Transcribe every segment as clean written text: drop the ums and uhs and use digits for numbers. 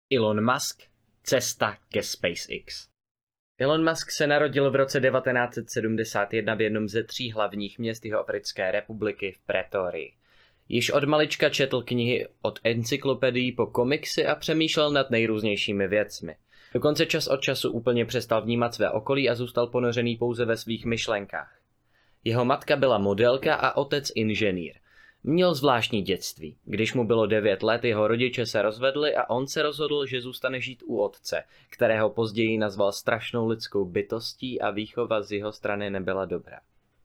Elon Musk – cesta ke SpaceX. Elon Musk se narodil v roce 1971 v jednom ze 3 hlavních měst Jihoafrické republiky v Pretorii. Již od malička četl knihy od encyklopedií po komiksy a přemýšlel nad nejrůznějšími věcmi. Dokonce čas od času úplně přestal vnímat své okolí a zůstal ponořený pouze ve svých myšlenkách. Jeho matka byla modelka a otec inženýr. Měl zvláštní dětství. Když mu bylo 9 let, jeho rodiče se rozvedli a on se rozhodl, že zůstane žít u otce, kterého později nazval strašnou lidskou bytostí a výchova z jeho strany nebyla dobrá.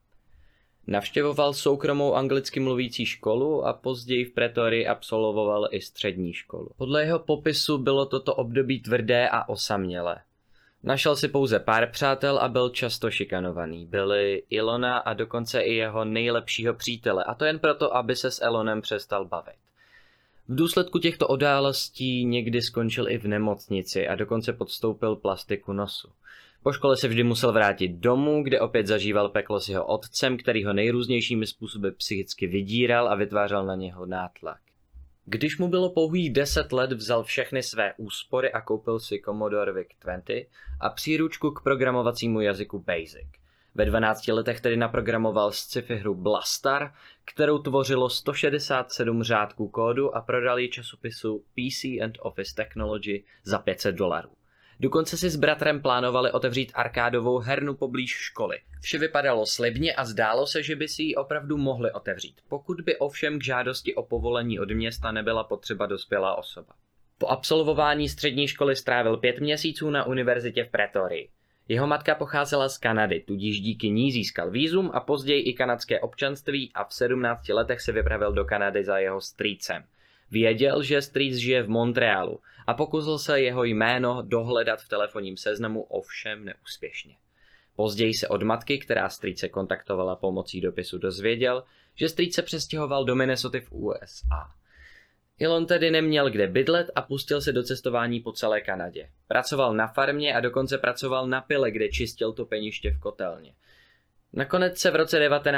Navštěvoval soukromou anglicky mluvící školu a později v Pretorii absolvoval i střední školu. Podle jeho popisu bylo toto období tvrdé a osamělé. Našel si pouze pár přátel a byl často šikanovaný. Byli Elona a dokonce i jeho nejlepšího přítele, a to jen proto, aby se s Elonem přestal bavit. V důsledku těchto událostí někdy skončil i v nemocnici a dokonce podstoupil plastiku nosu. Po škole se vždy musel vrátit domů, kde opět zažíval peklo s jeho otcem, který ho nejrůznějšími způsoby psychicky vydíral a vytvářel na něho nátlak. Když mu bylo pouhých 10 let, vzal všechny své úspory a koupil si Commodore VIC-20 a příručku k programovacímu jazyku BASIC. Ve 12 letech tedy naprogramoval sci-fi hru Blastar, kterou tvořilo 167 řádků kódu a prodal ji časopisu PC and Office Technology za $500. Dokonce si s bratrem plánovali otevřít arkádovou hernu poblíž školy. Vše vypadalo slibně a zdálo se, že by si ji opravdu mohli otevřít, pokud by ovšem k žádosti o povolení od města nebyla potřeba dospělá osoba. Po absolvování střední školy strávil 5 měsíců na univerzitě v Pretorii. Jeho matka pocházela z Kanady, tudíž díky ní získal vízum a později i kanadské občanství a v 17 letech se vypravil do Kanady za jeho strýcem. Věděl, že strýc žije v Montrealu a pokusil se jeho jméno dohledat v telefonním seznamu, ovšem neúspěšně. Později se od matky, která strýce kontaktovala pomocí dopisu, dozvěděl, že strýc se přestěhoval do Minnesoty v USA. Elon tedy neměl kde bydlet a pustil se do cestování po celé Kanadě. Pracoval na farmě a dokonce pracoval na pile, kde čistil topeniště v kotelně. Nakonec se v roce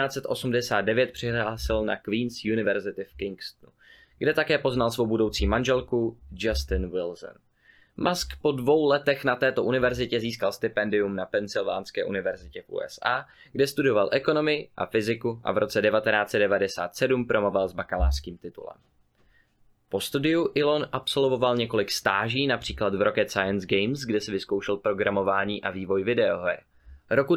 1989 přihlásil na Queen's University v Kingstonu, kde také poznal svou budoucí manželku Justin Wilson. Musk po 2 letech na této univerzitě získal stipendium na Pensylvánské univerzitě v USA, kde studoval ekonomii a fyziku a v roce 1997 promoval s bakalářským titulem. Po studiu Elon absolvoval několik stáží, například v Rocket Science Games, kde si vyzkoušel programování a vývoj videoher. Roku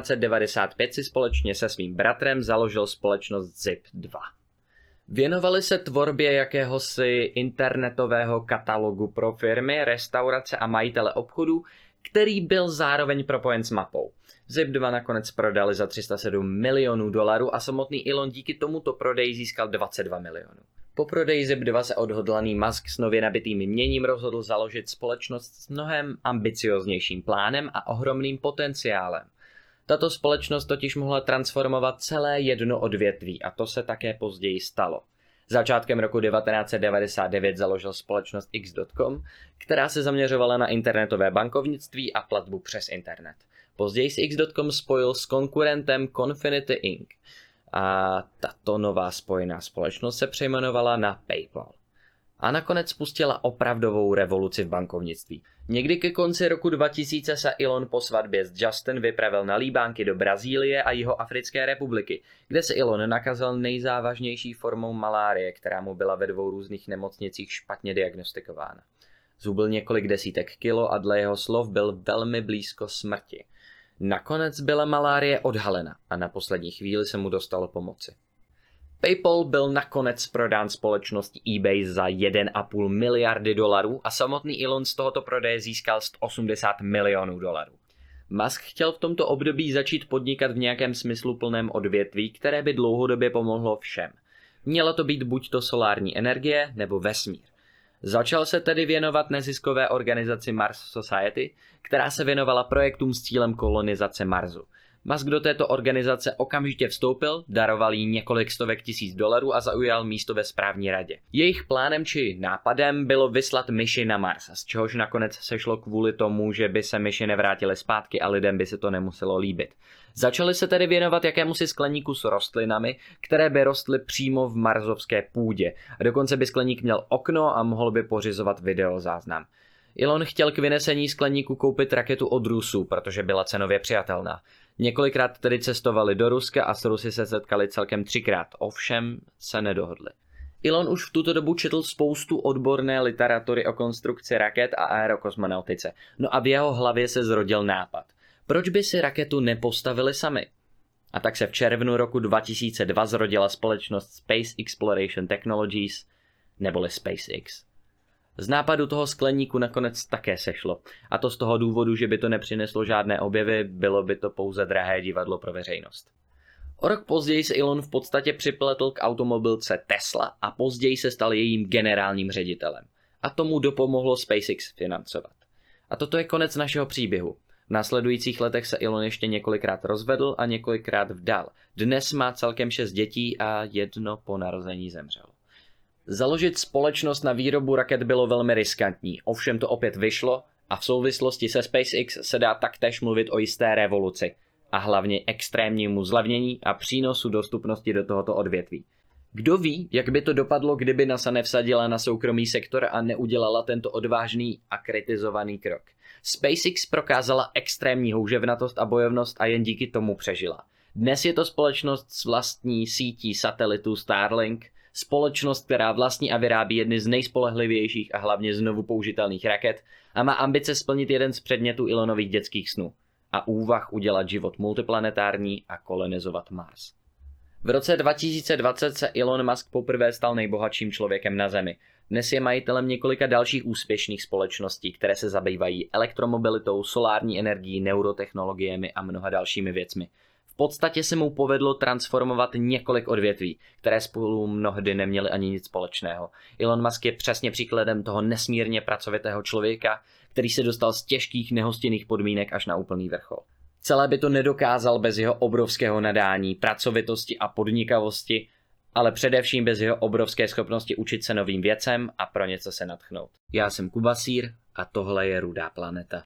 1995 si společně se svým bratrem založil společnost Zip2. Věnovali se tvorbě jakéhosi internetového katalogu pro firmy, restaurace a majitele obchodu, který byl zároveň propojen s mapou. Zip2 nakonec prodali za $307 milionů a samotný Elon díky tomuto prodeji získal 22 milionů. Po prodeji Zip2 se odhodlaný Musk s nově nabitým měním rozhodl založit společnost s mnohem ambicioznějším plánem a ohromným potenciálem. Tato společnost totiž mohla transformovat celé jedno odvětví a to se také později stalo. Začátkem roku 1999 založil společnost X.com, která se zaměřovala na internetové bankovnictví a platbu přes internet. Později se X.com spojil s konkurentem Confinity Inc. A tato nová spojená společnost se přejmenovala na PayPal. A nakonec spustila opravdovou revoluci v bankovnictví. Někdy ke konci roku 2000 se Elon po svatbě s Justin vypravil na líbánky do Brazílie a Jihoafrické republiky, kde se Elon nakazil nejzávažnější formou malárie, která mu byla ve 2 různých nemocnicích špatně diagnostikována. Zhubil několik desítek kilo a dle jeho slov byl velmi blízko smrti. Nakonec byla malárie odhalena a na poslední chvíli se mu dostalo pomoci. PayPal byl nakonec prodán společnosti eBay za $1,5 miliardy a samotný Elon z tohoto prodeje získal $180 milionů. Musk chtěl v tomto období začít podnikat v nějakém smysluplném odvětví, které by dlouhodobě pomohlo všem. Měla to být buď to solární energie nebo vesmír. Začal se tedy věnovat neziskové organizaci Mars Society, která se věnovala projektům s cílem kolonizace Marsu. Musk do této organizace okamžitě vstoupil, daroval jí několik stovek tisíc dolarů a zaujal místo ve správní radě. Jejich plánem či nápadem bylo vyslat myši na Mars, z čehož nakonec sešlo kvůli tomu, že by se myši nevrátily zpátky a lidem by se to nemuselo líbit. Začali se tedy věnovat jakémusi skleníku s rostlinami, které by rostly přímo v marsovské půdě. A dokonce by skleník měl okno a mohl by pořizovat videozáznam. Elon chtěl k vynesení skleníku koupit raketu od Rusů, protože byla cenově přijatelná. Několikrát tedy cestovali do Ruska a s Rusy se setkali celkem 3krát, ovšem se nedohodli. Elon už v tuto dobu četl spoustu odborné literatury o konstrukci raket a aerokosmonautice, no a v jeho hlavě se zrodil nápad. Proč by si raketu nepostavili sami? A tak se v červnu roku 2002 zrodila společnost Space Exploration Technologies, neboli SpaceX. Z nápadu toho skleníku nakonec také sešlo. A to z toho důvodu, že by to nepřineslo žádné objevy, bylo by to pouze drahé divadlo pro veřejnost. O rok později se Elon v podstatě připletl k automobilce Tesla a později se stal jejím generálním ředitelem. A tomu dopomohlo SpaceX financovat. A toto je konec našeho příběhu. V následujících letech se Elon ještě několikrát rozvedl a několikrát vdal. Dnes má celkem 6 dětí a jedno po narození zemřelo. Založit společnost na výrobu raket bylo velmi riskantní, ovšem to opět vyšlo a v souvislosti se SpaceX se dá taktéž mluvit o jisté revoluci a hlavně extrémnímu zlevnění a přínosu dostupnosti do tohoto odvětví. Kdo ví, jak by to dopadlo, kdyby NASA nevsadila na soukromý sektor a neudělala tento odvážný a kritizovaný krok. SpaceX prokázala extrémní houževnatost a bojovnost a jen díky tomu přežila. Dnes je to společnost s vlastní sítí satelitů Starlink, společnost, která vlastní a vyrábí jedny z nejspolehlivějších a hlavně znovu použitelných raket a má ambice splnit jeden z předmětů Elonových dětských snů a úvah udělat život multiplanetární a kolonizovat Mars. V roce 2020 se Elon Musk poprvé stal nejbohatším člověkem na Zemi. Dnes je majitelem několika dalších úspěšných společností, které se zabývají elektromobilitou, solární energií, neurotechnologiemi a mnoha dalšími věcmi. V podstatě se mu povedlo transformovat několik odvětví, které spolu mnohdy neměly ani nic společného. Elon Musk je přesně příkladem toho nesmírně pracovitého člověka, který se dostal z těžkých nehostinných podmínek až na úplný vrchol. Celé by to nedokázal bez jeho obrovského nadání, pracovitosti a podnikavosti, ale především bez jeho obrovské schopnosti učit se novým věcem a pro něco se nadchnout. Já jsem Kubasír a tohle je Rudá planeta.